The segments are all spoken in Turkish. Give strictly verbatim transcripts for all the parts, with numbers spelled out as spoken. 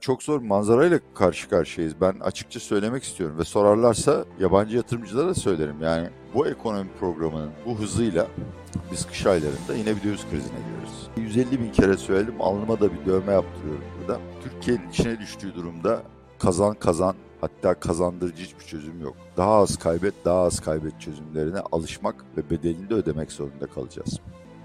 çok zor bir manzarayla karşı karşıyayız. Ben açıkça söylemek istiyorum ve sorarlarsa yabancı yatırımcılara da söylerim. Yani bu ekonomi programının bu hızıyla biz kış aylarında yine bir döviz krizine giriyoruz. yüz elli bin kere söyledim, alnıma da bir dövme yaptırıyorum burada. Türkiye'nin içine düştüğü durumda kazan kazan, hatta kazandırıcı hiçbir çözüm yok. Daha az kaybet, daha az kaybet çözümlerine alışmak ve bedelini de ödemek zorunda kalacağız.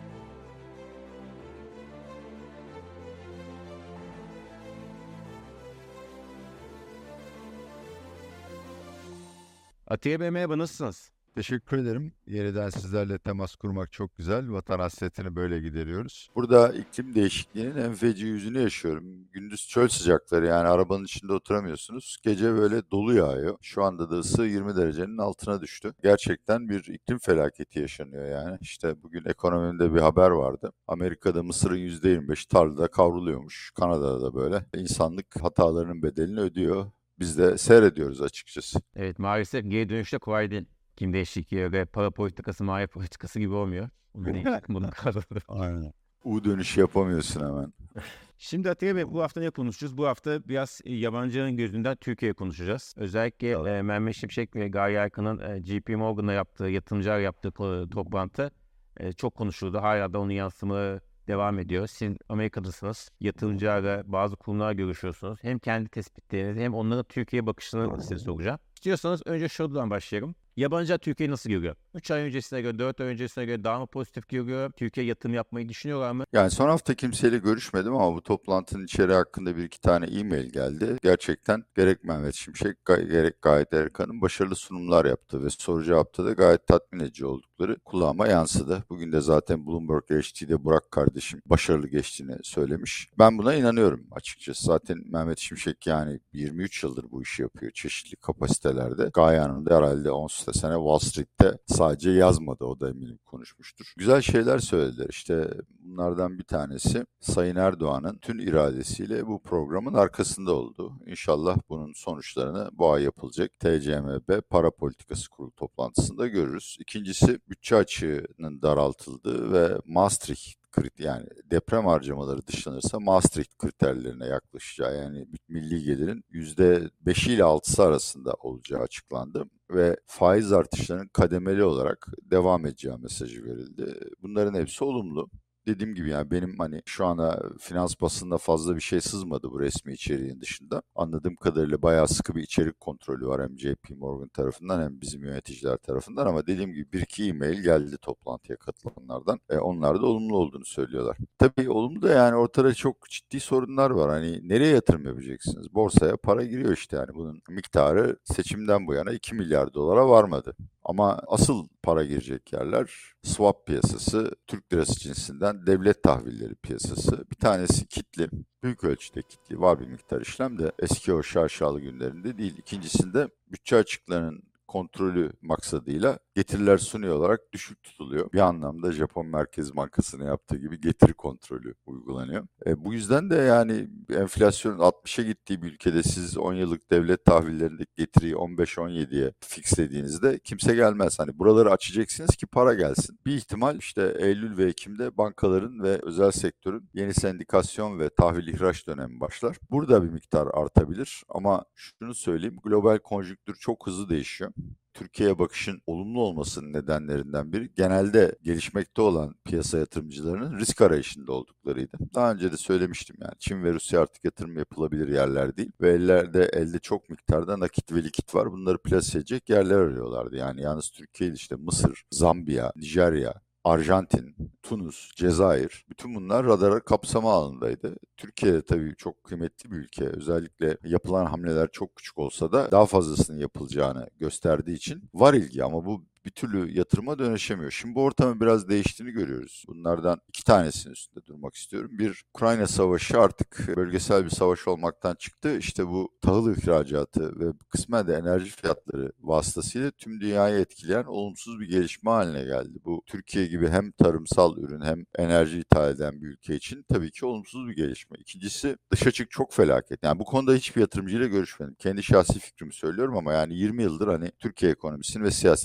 Atiye Bey merhaba, nasılsınız? Teşekkür ederim. Yeniden sizlerle temas kurmak çok güzel. Vatan hasretini böyle gideriyoruz. Burada iklim değişikliğinin en feci yüzünü yaşıyorum. Gündüz çöl sıcakları, yani arabanın içinde oturamıyorsunuz. Gece böyle dolu yağıyor. Şu anda da ısı yirmi derecenin altına düştü. Gerçekten bir iklim felaketi yaşanıyor yani. İşte bugün ekonomide bir haber vardı. Amerika'da mısırın yüzde yirmi beşi tarlada kavruluyormuş. Kanada'da da böyle. İnsanlık hatalarının bedelini ödüyor. Biz de seyrediyoruz açıkçası. Evet, maalesef geri dönüşte kolay değil. Kim değişikliği ve para politikası, maliye politikası gibi olmuyor. Bunu değil, bunu kazanır. Aynen. U dönüşü yapamıyorsun hemen. Şimdi Atiye Bey, bu hafta ne konuşacağız? Bu hafta biraz e, yabancının gözünden Türkiye'yi konuşacağız. Özellikle e, Mehmet Şimşek ve Gaye Erkan'ın e, J P Morgan'la yaptığı, yatırımcılar yaptığı e, toplantı e, çok konuşuldu. Hala da onun yansımaları devam ediyor. Siz Amerika'dasınız. Yatırımcılarla, bazı kurumlarla görüşüyorsunuz. Hem kendi tespitlerinizi hem onların Türkiye'ye bakışını size soracağım. İstiyorsanız önce şuradan başlayalım. Yabancılar Türkiye'yi nasıl görüyor? üç ay öncesine göre, dört ay öncesine göre daha mı pozitif görüyor? Türkiye yatırım yapmayı düşünüyorlar mı? Yani son hafta kimseyle görüşmedim ama bu toplantının içeriği hakkında bir iki tane e-mail geldi. Gerçekten gerek Mehmet Şimşek gay- gerek Gaye Erkan'ın başarılı sunumlar yaptığı ve soru cevapta da gayet tatmin edici oldukları kulağıma yansıdı. Bugün de zaten Bloomberg H D'de Burak kardeşim başarılı geçtiğini söylemiş. Ben buna inanıyorum açıkçası. Zaten Mehmet Şimşek yani yirmi üç yıldır bu işi yapıyor çeşitli kapasitelerde. Gaye Hanım da herhalde on sene Wall Street'te sadece yazmadı, o da eminim konuşmuştur. Güzel şeyler söylediler. İşte bunlardan bir tanesi Sayın Erdoğan'ın tüm iradesiyle bu programın arkasında olduğu. İnşallah bunun sonuçlarını bu ay yapılacak T C M B Para Politikası Kurulu toplantısında görürüz. İkincisi bütçe açığının daraltıldığı ve Maastricht kriter, yani deprem harcamaları dışlanırsa Maastricht kriterlerine yaklaşacağı, yani milli gelirin yüzde beş ile altısı arasında olacağı açıklandı ve faiz artışlarının kademeli olarak devam edeceği mesajı verildi. Bunların hepsi olumlu. Dediğim gibi yani benim hani şu ana finans basında fazla bir şey sızmadı bu resmi içeriğin dışında. Anladığım kadarıyla bayağı sıkı bir içerik kontrolü var hem J P Morgan tarafından hem bizim yöneticiler tarafından, ama dediğim gibi bir iki e-mail geldi toplantıya katılanlardan. E, onlar da olumlu olduğunu söylüyorlar. Tabii olumlu da yani ortada çok ciddi sorunlar var. Hani nereye yatırım yapacaksınız? Borsaya para giriyor işte, yani bunun miktarı seçimden bu yana iki milyar dolara varmadı. Ama asıl para girecek yerler swap piyasası, Türk lirası cinsinden devlet tahvilleri piyasası. Bir tanesi kitli, büyük ölçüde kitli, var bir miktar işlem de eski o şaşalı günlerinde değil. İkincisinde bütçe açıklarının kontrolü maksadıyla getiriler suni olarak düşük tutuluyor. Bir anlamda Japon Merkez Bankası'nın yaptığı gibi getiri kontrolü uygulanıyor. E, bu yüzden de yani enflasyonun altmışa gittiği bir ülkede siz on yıllık devlet tahvillerindeki getiriyi on beş on yediye fixlediğinizde kimse gelmez. Hani buraları açacaksınız ki para gelsin. Bir ihtimal işte Eylül ve Ekim'de bankaların ve özel sektörün yeni sendikasyon ve tahvil ihraç dönemi başlar. Burada bir miktar artabilir ama şunu söyleyeyim, global konjüktür çok hızlı değişiyor. Türkiye'ye bakışın olumlu olmasının nedenlerinden biri genelde gelişmekte olan piyasa yatırımcılarının risk arayışında olduklarıydı. Daha önce de söylemiştim, yani Çin ve Rusya artık yatırım yapılabilir yerler değil ve ellerde elde çok miktarda nakit ve likit var. Bunları plase edecek yerler arıyorlardı. Yani yalnız Türkiye değil, işte Mısır, Zambiya, Nijerya, Arjantin, Tunus, Cezayir, bütün bunlar radara kapsama alanındaydı. Türkiye tabii çok kıymetli bir ülke. Özellikle yapılan hamleler çok küçük olsa da daha fazlasının yapılacağını gösterdiği için var ilgi, ama bu bir türlü yatırıma dönüşemiyor. Şimdi bu ortamın biraz değiştiğini görüyoruz. Bunlardan iki tanesinin üstünde durmak istiyorum. Bir, Ukrayna Savaşı artık bölgesel bir savaş olmaktan çıktı. İşte bu tahıl ihracatı ve kısmen de enerji fiyatları vasıtasıyla tüm dünyayı etkileyen olumsuz bir gelişme haline geldi. Bu Türkiye gibi hem tarımsal ürün hem enerji ithal eden bir ülke için tabii ki olumsuz bir gelişme. İkincisi, dış açık çok felaket. Yani bu konuda hiçbir yatırımcıyla görüşmedim. Kendi şahsi fikrimi söylüyorum ama yani yirmi yıldır hani Türkiye ekonomisini ve siyasetini yabancı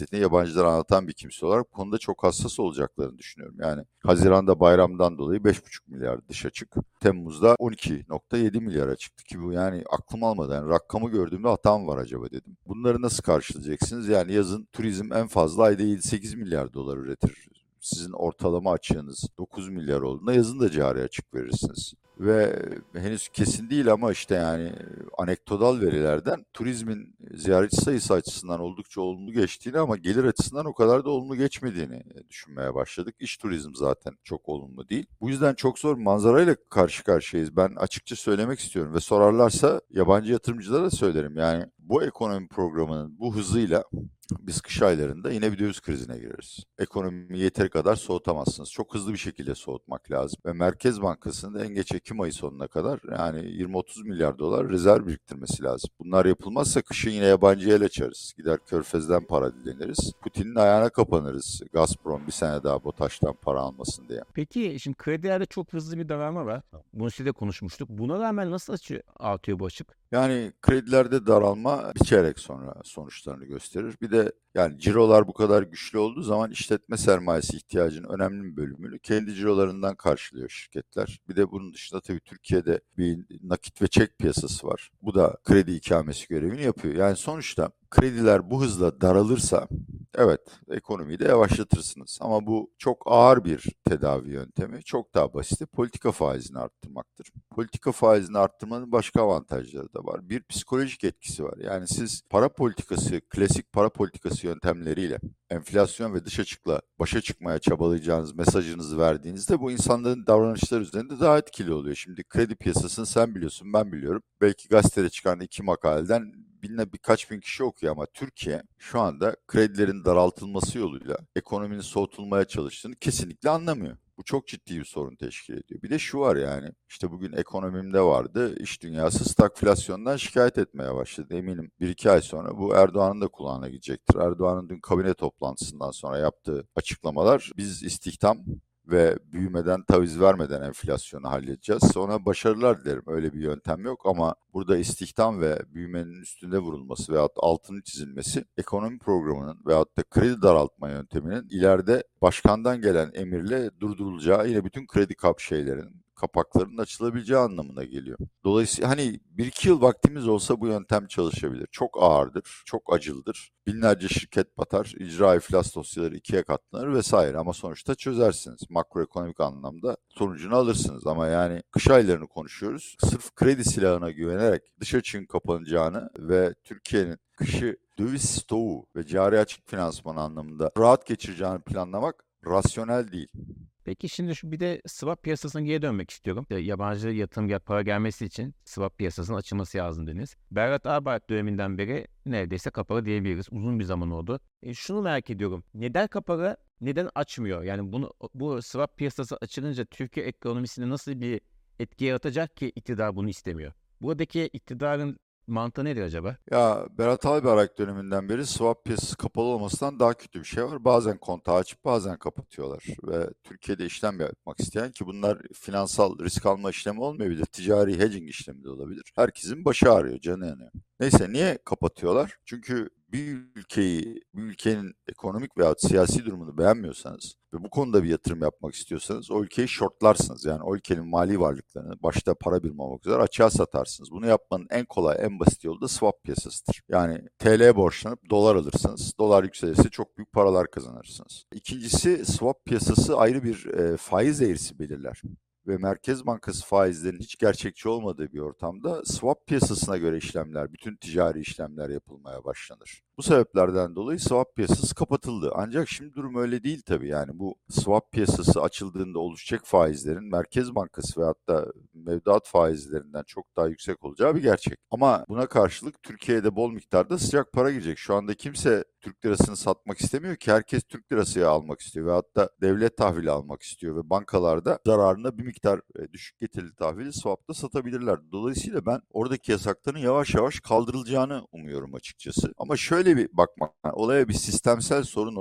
yabancılar anlatan bir kimse olarak bu konuda çok hassas olacaklarını düşünüyorum. Yani Haziran'da bayramdan dolayı beş buçuk milyar dış açık. Temmuz'da on iki nokta yedi milyara çıktı ki bu yani aklım almadı. Yani rakamı gördüğümde hata mı var acaba dedim. Bunları nasıl karşılayacaksınız? Yani yazın turizm en fazla ayda yedi sekiz milyar dolar üretir. Sizin ortalama açığınız dokuz milyar olduğunda yazın da cari açık verirsiniz. Ve henüz kesin değil ama işte yani anekdotal verilerden turizmin ziyaretçi sayısı açısından oldukça olumlu geçtiğini ama gelir açısından o kadar da olumlu geçmediğini düşünmeye başladık. İç turizm zaten çok olumlu değil. Bu yüzden çok zor bir manzarayla karşı karşıyayız. Ben açıkça söylemek istiyorum ve sorarlarsa yabancı yatırımcılara da söylerim. Yani bu ekonomi programının bu hızıyla biz kış aylarında yine bir döviz krizine gireriz. Ekonomiyi yeteri kadar soğutamazsınız. Çok hızlı bir şekilde soğutmak lazım. Ve Merkez Bankası'nın da en geç Ekim ayı sonuna kadar yani yirmi otuz milyar dolar rezerv biriktirmesi lazım. Bunlar yapılmazsa kışın yine yabancı el açarız. Gider Körfez'den para dileniriz. Putin'in ayağına kapanırız. Gazprom bir sene daha BOTAŞ'tan para almasın diye. Peki şimdi kredilerde çok hızlı bir daralma var. Bunu size de konuşmuştuk. Buna rağmen nasıl açı artıyor bu açık? Yani kredilerde daralma bir çeyrek sonra sonuçlarını gösterir. Bir de yani cirolar bu kadar güçlü olduğu zaman işletme sermayesi ihtiyacının önemli bir bölümünü kendi cirolarından karşılıyor şirketler. Bir de bunun dışında tabii Türkiye'de bir nakit ve çek piyasası var. Bu da kredi ikamesi görevini yapıyor. Yani sonuçta krediler bu hızla daralırsa evet ekonomiyi de yavaşlatırsınız. Ama bu çok ağır bir tedavi yöntemi. Çok daha basiti politika faizini arttırmaktır. Politika faizini arttırmanın başka avantajları da var. Bir psikolojik etkisi var. Yani siz para politikası, klasik para politikası yöntemleriyle enflasyon ve dış açıkla başa çıkmaya çabalayacağınız mesajınızı verdiğinizde bu insanların davranışları üzerinde daha etkili oluyor. Şimdi kredi piyasasını sen biliyorsun, ben biliyorum. Belki gazetede çıkan iki makaleden binle birkaç bin kişi okuyor ama Türkiye şu anda kredilerin daraltılması yoluyla ekonominin soğutulmaya çalıştığını kesinlikle anlamıyor. Bu çok ciddi bir sorun teşkil ediyor. Bir de şu var yani işte bugün ekonomimde vardı, iş dünyası stagflasyondan şikayet etmeye başladı. Eminim bir iki ay sonra bu Erdoğan'ın da kulağına gidecektir. Erdoğan'ın dün kabine toplantısından sonra yaptığı açıklamalar biz istihdam ve büyümeden taviz vermeden enflasyonu halledeceğiz. Ona başarılar dilerim. Öyle bir yöntem yok ama burada istihdam ve büyümenin üstünde vurulması veyahut altının çizilmesi ekonomi programının veyahut da kredi daraltma yönteminin ileride başkandan gelen emirle durdurulacağı yine bütün kredi kap şeylerin kapaklarının açılabileceği anlamına geliyor. Dolayısıyla hani bir iki yıl vaktimiz olsa bu yöntem çalışabilir. Çok ağırdır, çok acılıdır. Binlerce şirket batar, icra iflas dosyaları ikiye katlanır vesaire ama sonuçta çözersiniz. Makroekonomik anlamda sonucunu alırsınız ama yani kış aylarını konuşuyoruz. Sırf kredi silahına güvenerek dış açığın kapanacağını ve Türkiye'nin kışı döviz stoğu ve cari açık finansman anlamında rahat geçireceğini planlamak rasyonel değil. Peki şimdi şu bir de swap piyasasına geri dönmek istiyorum. İşte yabancı yatırım ya para gelmesi için swap piyasasının açılması lazım dediniz. Berat Albayrak döneminden beri neredeyse kapalı diyebiliriz. Uzun bir zaman oldu. E, şunu merak ediyorum. Neden kapalı, neden açmıyor? Yani bunu bu swap piyasası açılınca Türkiye ekonomisine nasıl bir etki yaratacak ki iktidar bunu istemiyor? Buradaki iktidarın mantığı nedir acaba? Ya Berat Albayrak döneminden beri swap piyasası kapalı olmasından daha kötü bir şey var. Bazen kontağı açıp bazen kapatıyorlar. Ve Türkiye'de işlem yapmak isteyen ki bunlar finansal risk alma işlemi olmayabilir. Ticari hedging işlemi de olabilir. Herkesin başı ağrıyor, canı yanıyor. Neyse niye kapatıyorlar? Çünkü bir ülkeyi, bir ülkenin ekonomik veya siyasi durumunu beğenmiyorsanız ve bu konuda bir yatırım yapmak istiyorsanız o ülkeyi shortlarsınız. Yani o ülkenin mali varlıklarını başta para birimi olmak üzere açığa satarsınız. Bunu yapmanın en kolay, en basit yolu da swap piyasasıdır. Yani T L'ye borçlanıp dolar alırsınız. Dolar yükselirse çok büyük paralar kazanırsınız. İkincisi swap piyasası ayrı bir e, faiz eğrisi belirler ve Merkez Bankası faizlerinin hiç gerçekçi olmadığı bir ortamda swap piyasasına göre işlemler, bütün ticari işlemler yapılmaya başlanır. Bu sebeplerden dolayı swap piyasası kapatıldı. Ancak şimdi durum öyle değil tabii. Yani bu swap piyasası açıldığında oluşacak faizlerin Merkez Bankası ve hatta mevduat faizlerinden çok daha yüksek olacağı bir gerçek. Ama buna karşılık Türkiye'de bol miktarda sıcak para girecek. Şu anda kimse Türk lirasını satmak istemiyor ki herkes Türk lirasıya almak istiyor ve hatta devlet tahvili almak istiyor ve bankalarda zararına bir miktar e, düşük getirili tahvili swap'ta satabilirler. Dolayısıyla ben oradaki yasakların yavaş yavaş kaldırılacağını umuyorum açıkçası. Ama şöyle bir bakmak, yani olaya bir sistemsel sorun olarak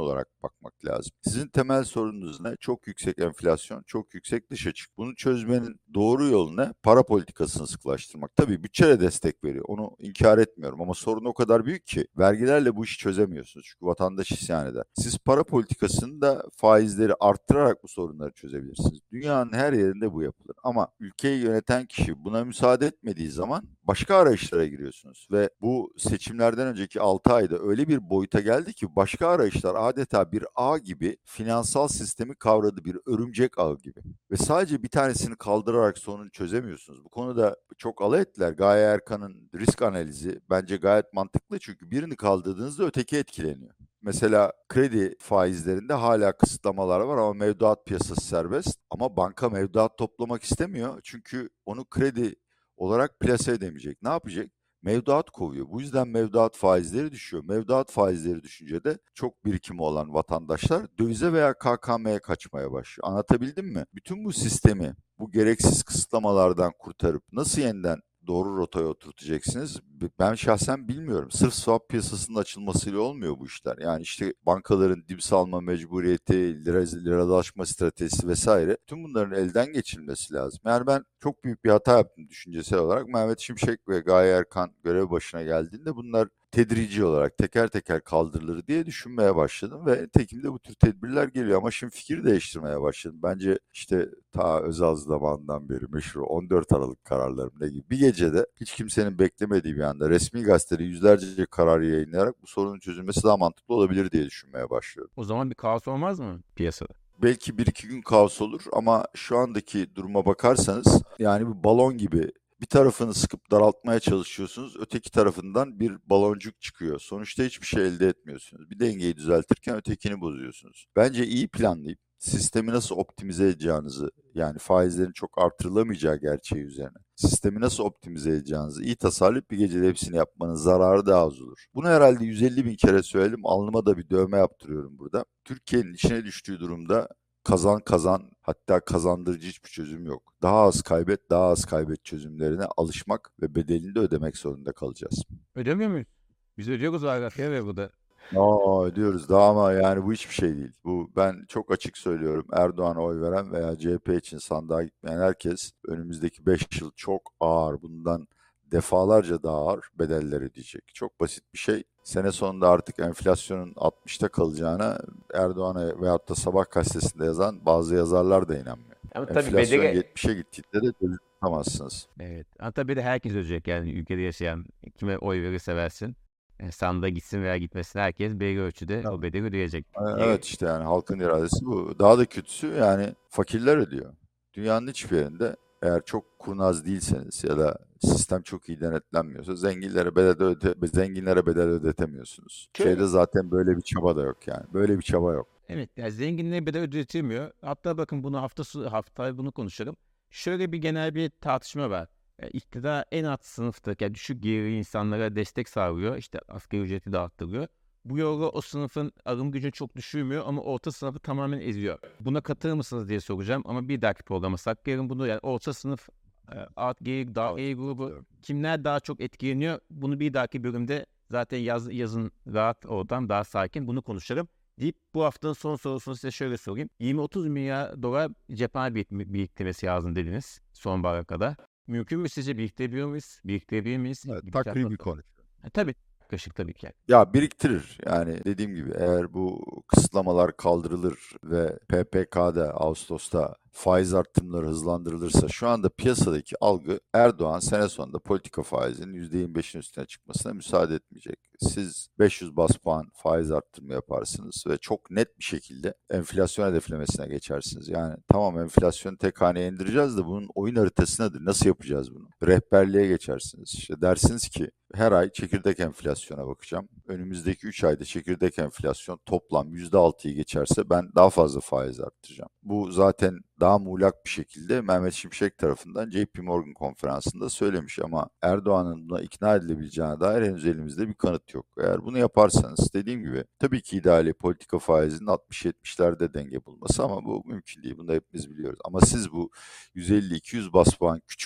bakmak lazım. Sizin temel sorununuz ne? Çok yüksek enflasyon, çok yüksek dış açık. Bunu çözmenin doğru yolu ne? Para politikasını sıkılaştırmak. Tabii bütçe de destek veriyor. Onu inkar etmiyorum ama sorun o kadar büyük ki vergilerle bu işi çözemiyorsunuz. Çünkü vatandaş isyan eder. Siz para politikasını da faizleri arttırarak bu sorunları çözebilirsiniz. Dünyanın her yerinde bu yapılır. Ama ülkeyi yöneten kişi buna müsaade etmediği zaman başka arayışlara giriyorsunuz. Ve bu seçimlerden önceki altı ayda öyle bir boyuta geldi ki başka arayışlar adeta bir ağ gibi finansal sistemi kavradı, bir örümcek ağı gibi. Ve sadece bir tanesini kaldırarak sorunu çözemiyorsunuz. Bu konuda çok alay ettiler. Gaye Erkan'ın risk analizi bence gayet mantıklı çünkü birini kaldırdığınızda öteki etkileniyor. Mesela kredi faizlerinde hala kısıtlamalar var ama mevduat piyasası serbest. Ama banka mevduat toplamak istemiyor çünkü onu kredi olarak plase edemeyecek. Ne yapacak? Mevduat kovuyor. Bu yüzden mevduat faizleri düşüyor. Mevduat faizleri düşünce de çok birikimi olan vatandaşlar dövize veya K K M'ye kaçmaya başlıyor. Anlatabildim mi? Bütün bu sistemi bu gereksiz kısıtlamalardan kurtarıp nasıl yeniden doğru rotaya oturtacaksınız? Ben şahsen bilmiyorum. Sırf swap piyasasının açılmasıyla olmuyor bu işler. Yani işte bankaların dip salma mecburiyeti, lira, liralaşma stratejisi vesaire. Tüm bunların elden geçirilmesi lazım. Yani ben çok büyük bir hata yaptım düşüncesel olarak. Mehmet Şimşek ve Gaye Erkan görev başına geldiğinde bunlar tedrici olarak teker teker kaldırılır diye düşünmeye başladım ve tekim de bu tür tedbirler geliyor ama şimdi fikir değiştirmeye başladım. Bence işte ta Özal zamanından beri meşhur on dört Aralık kararlarım ne gibi bir gecede hiç kimsenin beklemediği bir anda resmi gazetede yüzlerce karar yayınlayarak bu sorunun çözülmesi daha mantıklı olabilir diye düşünmeye başlıyorum. O zaman bir kaos olmaz mı piyasada? Belki bir iki gün kaos olur ama şu andaki duruma bakarsanız yani bir balon gibi bir tarafını sıkıp daraltmaya çalışıyorsunuz. Öteki tarafından bir baloncuk çıkıyor. Sonuçta hiçbir şey elde etmiyorsunuz. Bir dengeyi düzeltirken ötekini bozuyorsunuz. Bence iyi planlayıp sistemi nasıl optimize edeceğinizi yani faizlerin çok artırılamayacağı gerçeği üzerine sistemi nasıl optimize edeceğinizi iyi tasarlayıp bir gecede hepsini yapmanın zararı daha az olur. Bunu herhalde yüz elli bin kere söyledim. Alnıma da bir dövme yaptırıyorum burada. Türkiye'nin içine düştüğü durumda kazan kazan hatta kazandırıcı hiçbir çözüm yok. Daha az kaybet, daha az kaybet çözümlerine alışmak ve bedelini de ödemek zorunda kalacağız. Ödemiyor muyuz? Biz ödüyoruz hala ya ve bu da. Aa ödüyoruz daha ama yani bu hiçbir şey değil. Bu ben çok açık söylüyorum. Erdoğan'a oy veren veya C H P için sandığa gitmeyen herkes önümüzdeki beş yıl çok ağır, bundan defalarca daha ağır bedeller ödeyecek. Çok basit bir şey. Sene sonunda artık enflasyonun altmışta kalacağına Erdoğan'a veyahut da Sabah gazetesinde yazan bazı yazarlar da inanmıyor. Ama tabii Enflasyon bedeli. yetmişe gittiğinde de döviz tutamazsınız. Evet. Ama tabii de herkes ödeyecek yani ülkede yaşayan kime oy verirse versin. E, sandığa gitsin veya gitmesin herkes belli ölçüde o bedeli ödeyecek. Evet işte yani halkın iradesi bu. Daha da kötüsü yani fakirler ödüyor. Dünyanın hiçbir yerinde eğer çok kurnaz değilseniz ya da sistem çok iyi denetlenmiyorsa zenginlere bedel öde zenginlere bedel ödetemiyorsunuz. Şöyle. Şeyde zaten böyle bir çaba da yok yani. Böyle bir çaba yok. Evet, yani zenginliğe bedel ödetilmiyor. Hatta bakın bunu hafta su- haftaya bunu konuşalım. Şöyle bir genel bir tartışma var. E, İktidar en alt sınıftaki yani düşük gelirli insanlara destek sağlıyor. İşte asgari ücreti de arttırıyor. Bu yolla o sınıfın alım gücünü çok düşürmüyor ama orta sınıfı tamamen eziyor. Buna katılır mısınız diye soracağım ama bir dahaki programa saklayalım bunu. Yani orta sınıf, e, alt gelir, daha Evet, gelir grubu katılıyorum. kimler daha çok etkileniyor? Bunu bir dahaki bölümde zaten yaz, yazın rahat oradan daha sakin bunu konuşalım deyip bu haftanın son sorusunu size şöyle sorayım. yirmi otuz milyar dolar cephane birik- biriktirmesi lazım dediniz sonbahara kadar. Mümkün mü sizce biriktirebiliyor muyuz? Biriktirebilir miyiz? Evet, Gidişat takribi nasıl? konu. Ha, tabii. Yaklaşık tabii ki. Ya biriktirir. Yani dediğim gibi eğer bu kısıtlamalar kaldırılır ve P P K'da Ağustos'ta faiz arttırımları hızlandırılırsa şu anda piyasadaki algı Erdoğan sene sonunda politika faizinin yüzde yirmi beşin üstüne çıkmasına müsaade etmeyecek. Siz beş yüz bas puan faiz arttırımı yaparsınız ve çok net bir şekilde enflasyon hedeflemesine geçersiniz. Yani tamam enflasyonu tek haneye indireceğiz de bunun oyun haritası nedir? Nasıl yapacağız bunu? Rehberliğe geçersiniz. İşte dersiniz ki her ay çekirdek enflasyona bakacağım. Önümüzdeki üç ayda çekirdek enflasyon toplam yüzde altıyı geçerse ben daha fazla faiz arttıracağım. Bu zaten daha muğlak bir şekilde Mehmet Şimşek tarafından J P Morgan konferansında söylemiş ama Erdoğan'ın buna ikna edilebileceğine dair henüz elimizde bir kanıt yok. Eğer bunu yaparsanız dediğim gibi tabii ki ideali politika faizinin altmış yetmişlerde denge bulması ama bu mümkün değil. Bunu da hepimiz biliyoruz. Ama siz bu yüz elli iki yüz bas puan küçükçü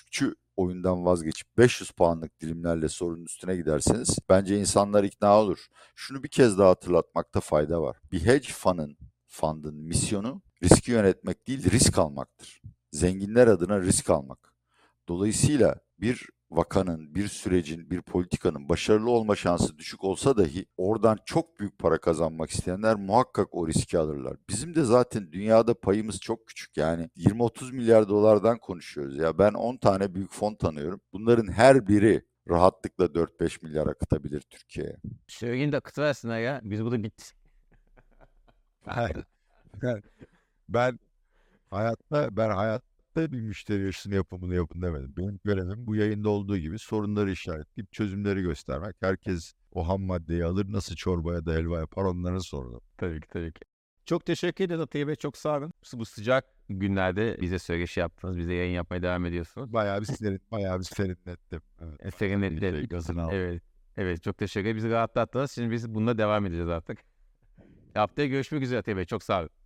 oyundan vazgeçip beş yüz puanlık dilimlerle sorunun üstüne giderseniz bence insanlar ikna olur. Şunu bir kez daha hatırlatmakta fayda var. Bir hedge fund'ın, fund'ın misyonu riski yönetmek değil, risk almaktır. Zenginler adına risk almak. Dolayısıyla bir vakanın, bir sürecin, bir politikanın başarılı olma şansı düşük olsa dahi oradan çok büyük para kazanmak isteyenler muhakkak o riski alırlar. Bizim de zaten dünyada payımız çok küçük. Yani yirmi otuz milyar dolardan konuşuyoruz. Ya ben on tane büyük fon tanıyorum. Bunların her biri rahatlıkla dört beş milyar akıtabilir Türkiye'ye. Söyleyin de akıtıversinler ya. Biz burada bittik. Hayır. Ben, ben hayatta ben hayatta bir müşteri yaşını yapımını yapın demedim. Benim görevim bu yayında olduğu gibi sorunları işaretleyip çözümleri göstermek. Herkes o ham maddeyi alır, nasıl çorbaya da helva yapar onların sorunu. Tabii ki, tabii ki. Çok teşekkür ederiz Atilla Bey. Çok sağ olun. Bu sıcak günlerde bize söyleşi yaptınız. Bize yayın yapmaya devam ediyorsunuz. Bayağı bir serin, bayağı bir serinlettim. Evet. E, Serinlettim. Şey, gazını aldım. Evet. Evet, çok teşekkür ederim. Bizi rahatlattınız. Şimdi biz bununla devam edeceğiz artık. Haftaya görüşmek üzere Atilla Bey. Çok sağ olun.